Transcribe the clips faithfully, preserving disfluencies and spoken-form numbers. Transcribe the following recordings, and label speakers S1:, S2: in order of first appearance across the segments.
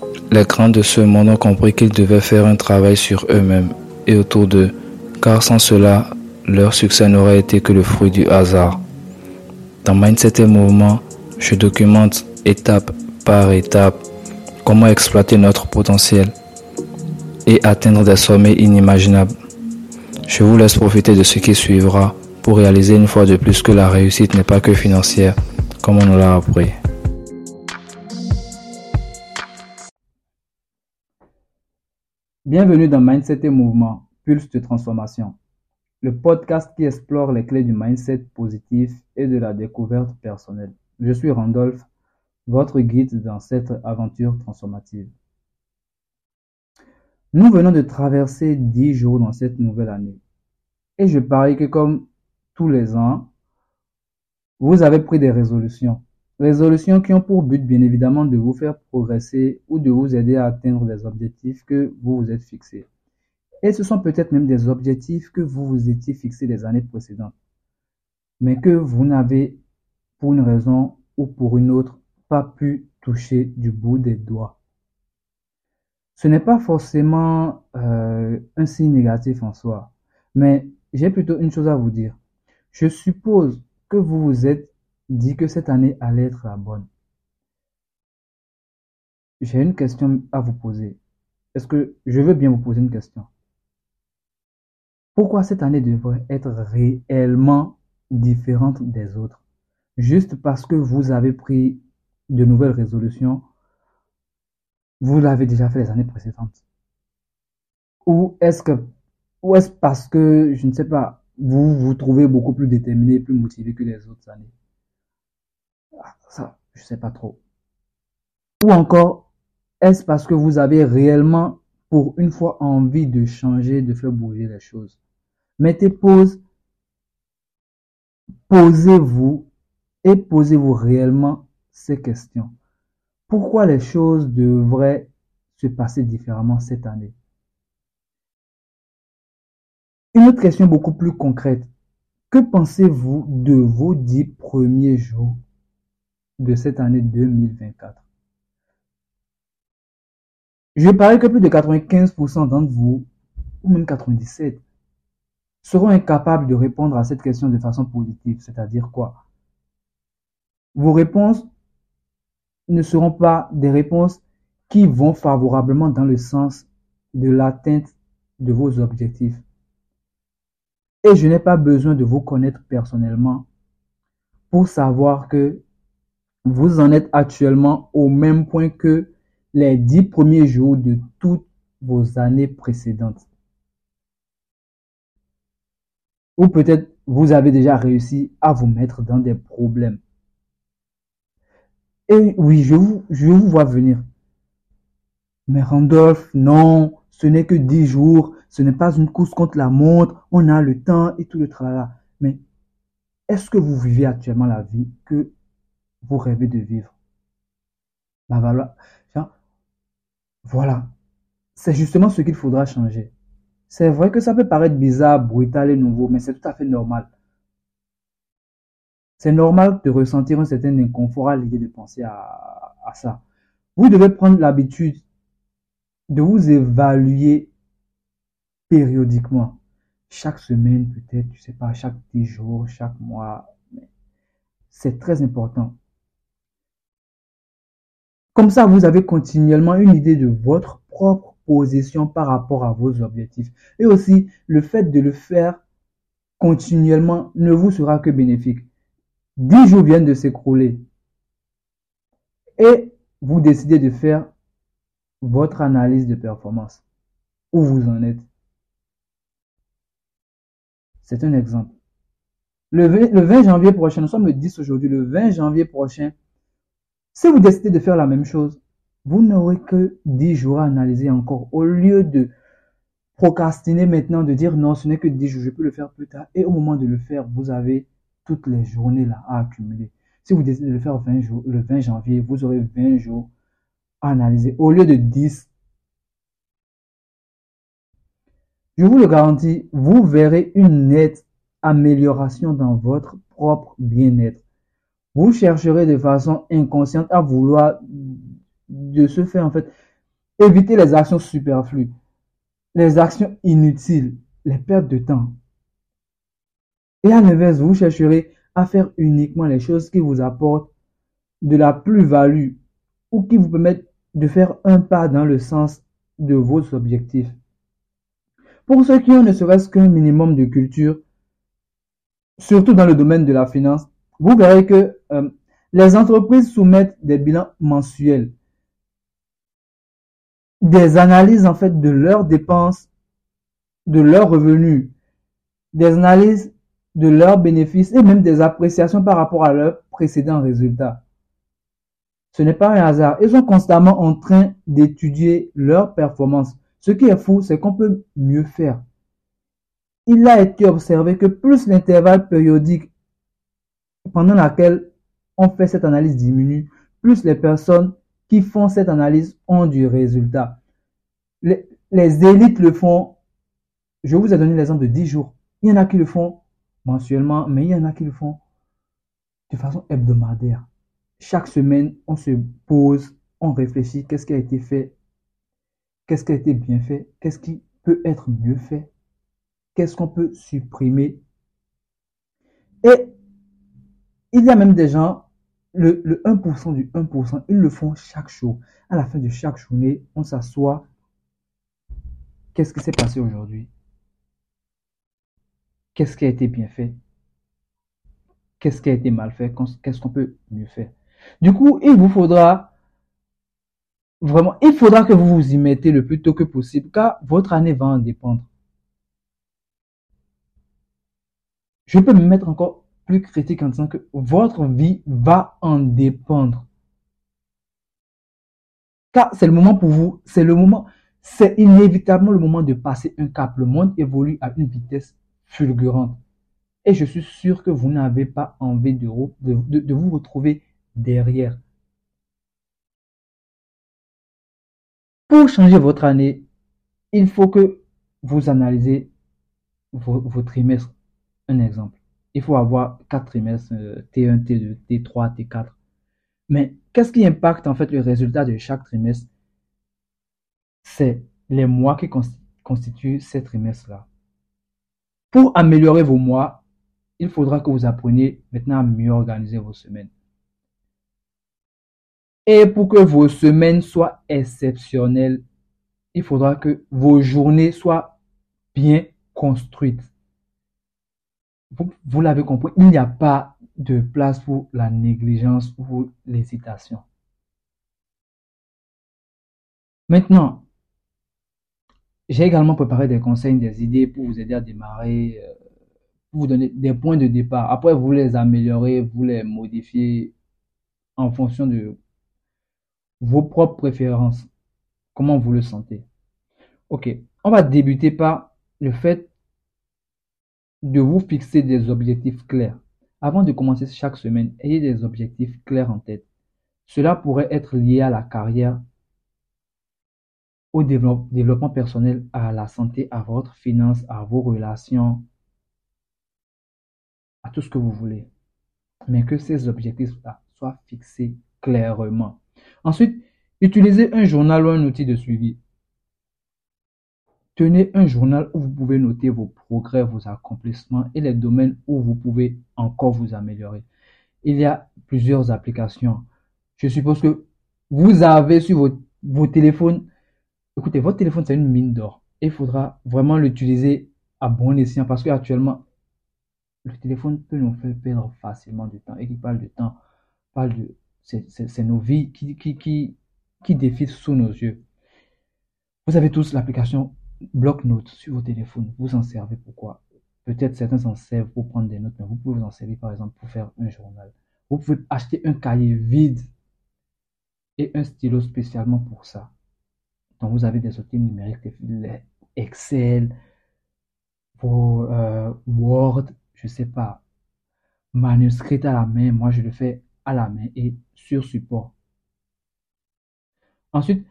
S1: Les grands de ce monde ont compris qu'ils devaient faire un travail sur eux-mêmes et autour d'eux, car sans cela, leur succès n'aurait été que le fruit du hasard. Dans Mindset et Mouvement, je documente étape par étape comment exploiter notre potentiel et atteindre des sommets inimaginables. Je vous laisse profiter de ce qui suivra pour réaliser une fois de plus que la réussite n'est pas que financière, comme on nous l'a appris.
S2: Bienvenue dans Mindset et Mouvement, pulse de transformation, le podcast qui explore les clés du mindset positif et de la découverte personnelle. Je suis Randolph, votre guide dans cette aventure transformative. Nous venons de traverser dix jours dans cette nouvelle année. Et je parie que comme tous les ans, vous avez pris des résolutions. Résolutions qui ont pour but, bien évidemment, de vous faire progresser ou de vous aider à atteindre des objectifs que vous vous êtes fixés. Et ce sont peut-être même des objectifs que vous vous étiez fixés les années précédentes, mais que vous n'avez, pour une raison ou pour une autre, pas pu toucher du bout des doigts. Ce n'est pas forcément euh, un signe négatif en soi, mais j'ai plutôt une chose à vous dire. Je suppose que vous vous êtes dit que cette année allait être la bonne. J'ai une question à vous poser. Est-ce que je veux bien vous poser une question? Pourquoi cette année devrait être réellement différente des autres? Juste parce que vous avez pris de nouvelles résolutions, vous l'avez déjà fait les années précédentes? Ou est-ce que, ou est-ce parce que, je ne sais pas, vous vous trouvez beaucoup plus déterminé, plus motivé que les autres années? Ah, ça, je sais pas trop. Ou encore, est-ce parce que vous avez réellement, pour une fois, envie de changer, de faire bouger les choses? Mettez pause, posez-vous et posez-vous réellement ces questions. Pourquoi les choses devraient se passer différemment cette année? Une autre question beaucoup plus concrète. Que pensez-vous de vos dix premiers jours de cette année deux mille vingt-quatre? Je parie que plus de quatre-vingt-quinze pour cent d'entre vous, ou même quatre-vingt-dix-sept pour cent, seront incapables de répondre à cette question de façon positive. C'est-à-dire quoi? Vos réponses ne seront pas des réponses qui vont favorablement dans le sens de l'atteinte de vos objectifs. Et je n'ai pas besoin de vous connaître personnellement pour savoir que vous en êtes actuellement au même point que les dix premiers jours de toutes vos années précédentes. Ou peut-être vous avez déjà réussi à vous mettre dans des problèmes. Et oui, je vous, je vous vois venir. Mais Randolph, non, ce n'est que dix jours, ce n'est pas une course contre la montre, on a le temps et tout le tralala. Mais est-ce que vous vivez actuellement la vie que vous rêvez de vivre? Bah voilà, voilà. C'est justement ce qu'il faudra changer. C'est vrai que ça peut paraître bizarre, brutal et nouveau, mais c'est tout à fait normal. C'est normal de ressentir un certain inconfort à l'idée de penser à, à ça. Vous devez prendre l'habitude de vous évaluer périodiquement. Chaque semaine, peut-être, je sais pas, chaque dix jours, chaque mois. C'est très important. Comme ça, vous avez continuellement une idée de votre propre position par rapport à vos objectifs. Et aussi, le fait de le faire continuellement ne vous sera que bénéfique. Dix jours viennent de s'écrouler. Et vous décidez de faire votre analyse de performance. Où vous en êtes. C'est un exemple. Le vingt janvier prochain, nous sommes le dix aujourd'hui, le vingt janvier prochain, si vous décidez de faire la même chose, vous n'aurez que dix jours à analyser encore. Au lieu de procrastiner maintenant, de dire non, ce n'est que dix jours, je peux le faire plus tard. Et au moment de le faire, vous avez toutes les journées là à accumuler. Si vous décidez de le faire vingt jours, le vingt janvier, vous aurez vingt jours à analyser au lieu de dix. Je vous le garantis, vous verrez une nette amélioration dans votre propre bien-être. Vous chercherez de façon inconsciente à vouloir de ce fait en fait Évitez les actions superflues, les actions inutiles, les pertes de temps. Et à l'inverse, vous chercherez à faire uniquement les choses qui vous apportent de la plus-value ou qui vous permettent de faire un pas dans le sens de vos objectifs. Pour ceux qui ont ne serait-ce qu'un minimum de culture, surtout dans le domaine de la finance, vous verrez que euh, les entreprises soumettent des bilans mensuels, des analyses en fait de leurs dépenses, de leurs revenus, des analyses de leurs bénéfices et même des appréciations par rapport à leurs précédents résultats. Ce n'est pas un hasard. Ils sont constamment en train d'étudier leurs performances. Ce qui est fou, c'est qu'on peut mieux faire. Il a été observé que plus l'intervalle périodique pendant laquelle on fait cette analyse diminue, plus les personnes qui font cette analyse ont du résultat. Les, les élites le font, je vous ai donné l'exemple de dix jours. Il y en a qui le font mensuellement, mais il y en a qui le font de façon hebdomadaire. Chaque semaine, on se pose, on réfléchit, qu'est-ce qui a été fait, qu'est-ce qui a été bien fait, qu'est-ce qui peut être mieux fait, qu'est-ce qu'on peut supprimer. Et il y a même des gens, le, le un pour cent du un pour cent, ils le font chaque jour. À la fin de chaque journée, on s'assoit. Qu'est-ce qui s'est passé aujourd'hui? Qu'est-ce qui a été bien fait? Qu'est-ce qui a été mal fait? Qu'est-ce qu'on peut mieux faire? Du coup, il vous faudra vraiment, il faudra que vous vous y mettez le plus tôt que possible, car votre année va en dépendre. Je peux me mettre encore plus critique en disant que votre vie va en dépendre. Car c'est le moment pour vous, c'est le moment, c'est inévitablement le moment de passer un cap. Le monde évolue à une vitesse fulgurante. Et je suis sûr que vous n'avez pas envie de, de, de, de vous retrouver derrière. Pour changer votre année, il faut que vous analysez vos, vos trimestres. Un exemple. Il faut avoir quatre trimestres, euh, T un, T deux, T trois, T quatre. Mais qu'est-ce qui impacte en fait le résultat de chaque trimestre? C'est les mois qui constituent ces trimestres-là. Pour améliorer vos mois, il faudra que vous appreniez maintenant à mieux organiser vos semaines. Et pour que vos semaines soient exceptionnelles, il faudra que vos journées soient bien construites. Vous, vous l'avez compris, il n'y a pas de place pour la négligence ou l'hésitation. Maintenant, j'ai également préparé des conseils, des idées pour vous aider à démarrer, euh, pour vous donner des points de départ. Après, vous les améliorez, vous les modifiez en fonction de vos propres préférences. Comment vous le sentez? Ok, on va débuter par le fait de vous fixer des objectifs clairs. Avant de commencer chaque semaine, ayez des objectifs clairs en tête. Cela pourrait être lié à la carrière, au développement personnel, à la santé, à votre finance, à vos relations, à tout ce que vous voulez. Mais que ces objectifs-là soient fixés clairement. Ensuite, utilisez un journal ou un outil de suivi. Tenez un journal où vous pouvez noter vos progrès, vos accomplissements et les domaines où vous pouvez encore vous améliorer. Il y a plusieurs applications. Je suppose que vous avez sur vos, vos téléphones, écoutez, votre téléphone c'est une mine d'or. Il faudra vraiment l'utiliser à bon escient parce qu'actuellement, le téléphone peut nous faire perdre facilement du temps. Et qui parle de temps, parle de, c'est nos vies qui, qui, qui, qui défilent sous nos yeux. Vous avez tous l'application Bloc-Notes sur vos téléphones. Vous en servez pourquoi? Peut-être certains s'en servent pour prendre des notes, mais vous pouvez vous en servir par exemple pour faire un journal. Vous pouvez acheter un cahier vide et un stylo spécialement pour ça. Donc vous avez des outils numériques, Excel, vos euh, Word, je sais pas, manuscrit à la main. Moi, je le fais à la main et sur support. Ensuite,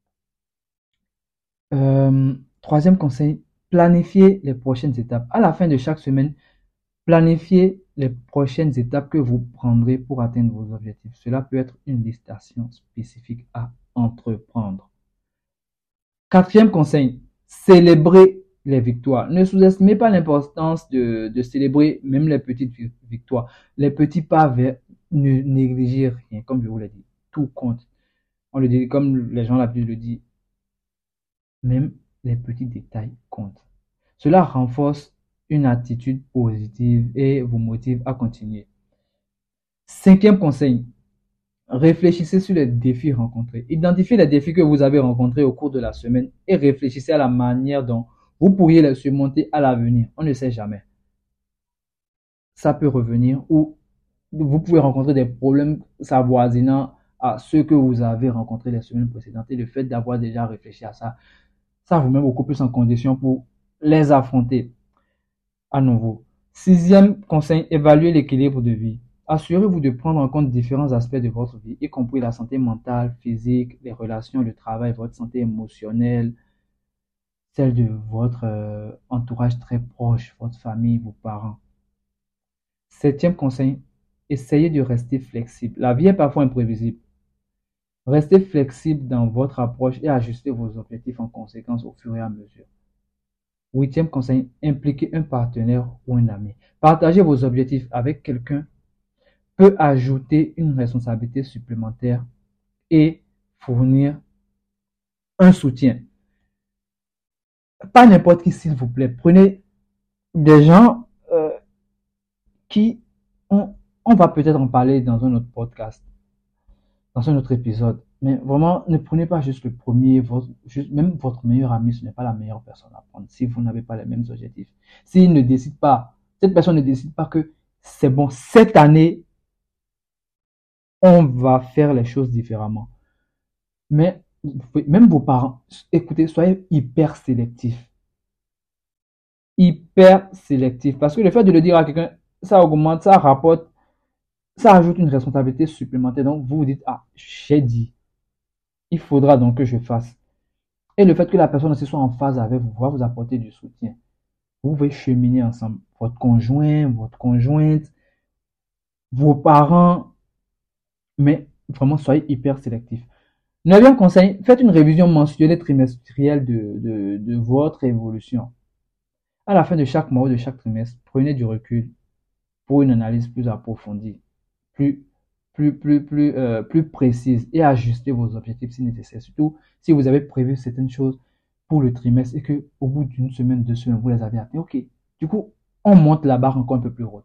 S2: euh, troisième conseil, planifiez les prochaines étapes. À la fin de chaque semaine, planifiez les prochaines étapes que vous prendrez pour atteindre vos objectifs. Cela peut être une liste d'actions spécifiques à entreprendre. Quatrième conseil, célébrez les victoires. Ne sous-estimez pas l'importance de, de célébrer même les petites victoires. Les petits pas vers, ne négligez rien, comme je vous l'ai dit. Tout compte. On le dit, comme les gens l'habitude le disent, même les petits détails comptent. Cela renforce une attitude positive et vous motive à continuer. Cinquième conseil, réfléchissez sur les défis rencontrés. Identifiez les défis que vous avez rencontrés au cours de la semaine et réfléchissez à la manière dont vous pourriez les surmonter à l'avenir. On ne sait jamais. Ça peut revenir ou vous pouvez rencontrer des problèmes s'avoisinant à ceux que vous avez rencontrés les semaines précédentes. Et le fait d'avoir déjà réfléchi à ça, ça vous met beaucoup plus en condition pour les affronter à nouveau. Sixième conseil, évaluez l'équilibre de vie. Assurez-vous de prendre en compte différents aspects de votre vie, y compris la santé mentale, physique, les relations, le travail, votre santé émotionnelle, celle de votre euh, entourage très proche, votre famille, vos parents. Septième conseil, essayez de rester flexible. La vie est parfois imprévisible. Restez flexible dans votre approche et ajustez vos objectifs en conséquence au fur et à mesure. Huitième conseil, impliquez un partenaire ou un ami. Partagez vos objectifs avec quelqu'un peut ajouter une responsabilité supplémentaire et fournir un soutien. Pas n'importe qui, s'il vous plaît. Prenez des gens euh, qui, on, on va peut-être en parler dans un autre podcast, dans un autre épisode. Mais vraiment, ne prenez pas juste le premier, votre, juste, même votre meilleur ami, ce n'est pas la meilleure personne à prendre si vous n'avez pas les mêmes objectifs. S'il ne décide pas, cette personne ne décide pas que c'est bon, cette année, on va faire les choses différemment. Mais même vos parents, écoutez, soyez hyper sélectifs. Hyper sélectif. Parce que le fait de le dire à quelqu'un, ça augmente, ça rapporte, ça ajoute une responsabilité supplémentaire. Donc vous vous dites, ah, j'ai dit, il faudra donc que je fasse. Et le fait que la personne aussi soit en phase avec vous va vous apporter du soutien. Vous pouvez cheminer ensemble. Votre conjoint, votre conjointe, vos parents, mais vraiment soyez hyper sélectif. Neuvième conseil, faites une révision mensuelle et trimestrielle de, de, de votre évolution. À la fin de chaque mois ou de chaque trimestre, prenez du recul pour une analyse plus approfondie, plus, plus, plus, plus, euh, plus précise et ajustez vos objectifs si nécessaire. Surtout si vous avez prévu certaines choses pour le trimestre et que au bout d'une semaine, deux semaines, vous les avez atteintes. Ok. Du coup, on monte la barre encore un peu plus haute.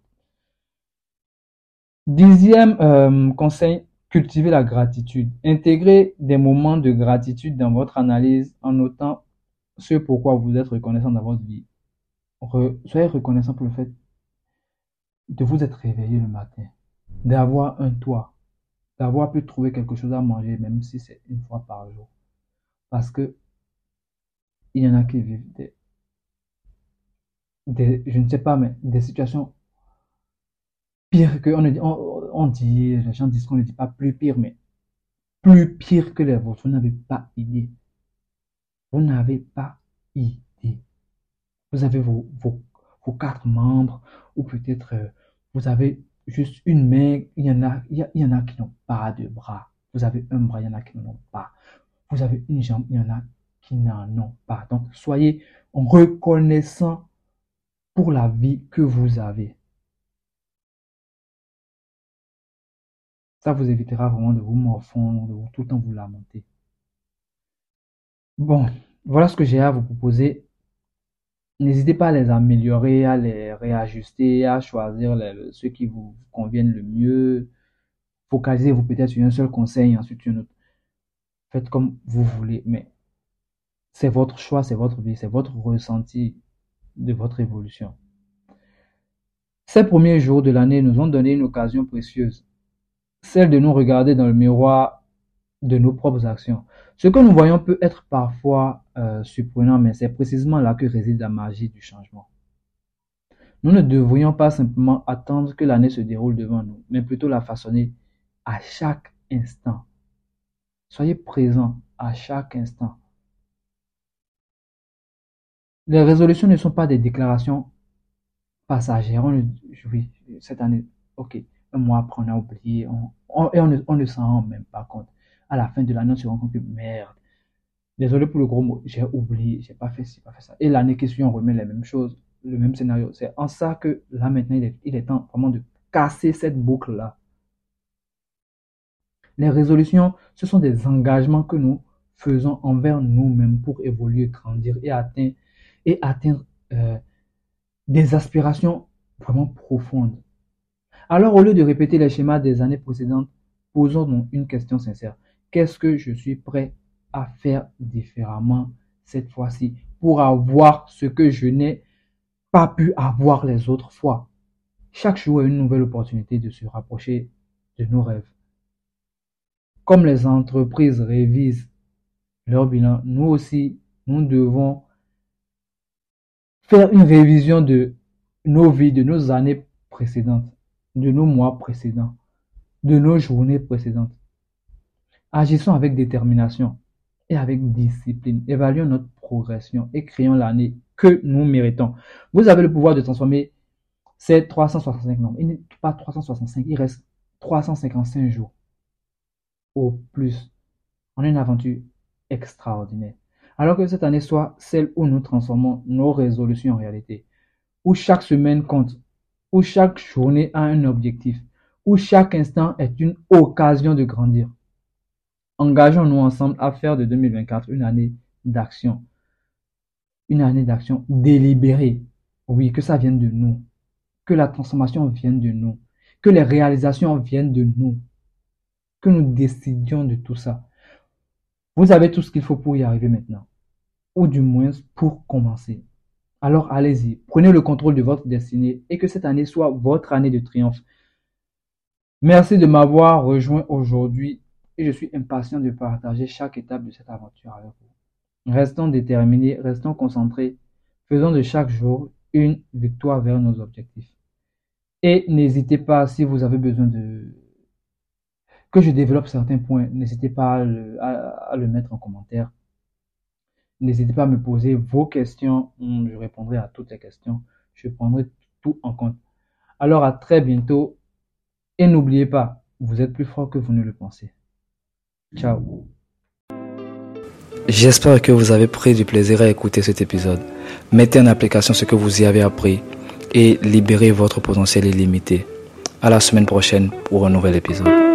S2: Dixième euh, conseil, cultivez la gratitude. Intégrez des moments de gratitude dans votre analyse en notant ce pourquoi vous êtes reconnaissant dans votre vie. Re, soyez reconnaissant pour le fait de vous être réveillé le matin, d'avoir un toit, d'avoir pu trouver quelque chose à manger, même si c'est une fois par jour. Parce que il y en a qui vivent des, des je ne sais pas, mais des situations pires que, on, ne dit, on, on dit, les gens disent qu'on ne dit pas plus pire, mais plus pire que les vôtres. Vous n'avez pas idée. Vous n'avez pas idée. Vous avez vos, vos, vos quatre membres, ou peut-être euh, vous avez juste une main. Il y en a, il y, a, il y en a qui n'ont pas de bras. Vous avez un bras, il y en a qui n'en ont pas. Vous avez une jambe, il y en a qui n'en ont pas. Donc, soyez reconnaissant pour la vie que vous avez. Ça vous évitera vraiment de vous morfondre, de vous tout le temps vous lamenter. Bon, voilà ce que j'ai à vous proposer. N'hésitez pas à les améliorer, à les réajuster, à choisir les, ceux qui vous conviennent le mieux. Focalisez-vous peut-être sur un seul conseil, ensuite une autre. Faites comme vous voulez, mais c'est votre choix, c'est votre vie, c'est votre ressenti de votre évolution. Ces premiers jours de l'année nous ont donné une occasion précieuse, celle de nous regarder dans le miroir de nos propres actions. Ce que nous voyons peut être parfois euh, surprenant, mais c'est précisément là que réside la magie du changement. Nous ne devrions pas simplement attendre que l'année se déroule devant nous, mais plutôt la façonner à chaque instant. Soyez présents à chaque instant. Les résolutions ne sont pas des déclarations passagères. On le, oui, cette année, ok, un mois après, on a oublié, on, on, et on ne, on ne s'en rend même pas compte. À la fin de l'année, on se rend compte que merde, Désolé pour le gros mot, j'ai oublié, j'ai pas fait ci, pas fait ça. Et l'année qui suit, on remet les mêmes choses, le même scénario. C'est en ça que là maintenant, il est, il est temps vraiment de casser cette boucle-là. Les résolutions, ce sont des engagements que nous faisons envers nous-mêmes pour évoluer, grandir et atteindre, et atteindre euh, des aspirations vraiment profondes. Alors, au lieu de répéter les schémas des années précédentes, posons-nous une question sincère. Qu'est-ce que je suis prêt à faire différemment cette fois-ci pour avoir ce que je n'ai pas pu avoir les autres fois? Chaque jour est une nouvelle opportunité de se rapprocher de nos rêves. Comme les entreprises révisent leur bilan, nous aussi, nous devons faire une révision de nos vies, de nos années précédentes, de nos mois précédents, de nos journées précédentes. Agissons avec détermination et avec discipline. Évaluons notre progression et créons l'année que nous méritons. Vous avez le pouvoir de transformer ces trois cent soixante-cinq nombres. Il n'est pas trois cent soixante-cinq, il reste trois cent cinquante-cinq jours au plus en une aventure extraordinaire. Alors que cette année soit celle où nous transformons nos résolutions en réalité, où chaque semaine compte, où chaque journée a un objectif, où chaque instant est une occasion de grandir. Engageons-nous ensemble à faire de deux mille vingt-quatre une année d'action. Une année d'action délibérée. Oui, que ça vienne de nous. Que la transformation vienne de nous. Que les réalisations viennent de nous. Que nous décidions de tout ça. Vous avez tout ce qu'il faut pour y arriver maintenant. Ou du moins pour commencer. Alors allez-y. Prenez le contrôle de votre destinée et que cette année soit votre année de triomphe. Merci de m'avoir rejoint aujourd'hui. Et je suis impatient de partager chaque étape de cette aventure avec vous. Restons déterminés, restons concentrés, faisons de chaque jour une victoire vers nos objectifs. Et n'hésitez pas, si vous avez besoin de que je développe certains points, n'hésitez pas à le, à, à le mettre en commentaire. N'hésitez pas à me poser vos questions, je répondrai à toutes les questions, je prendrai tout en compte. Alors à très bientôt et n'oubliez pas, vous êtes plus fort que vous ne le pensez. Ciao.
S1: J'espère que vous avez pris du plaisir à écouter cet épisode. Mettez en application ce que vous y avez appris et libérez votre potentiel illimité. À la semaine prochaine pour un nouvel épisode.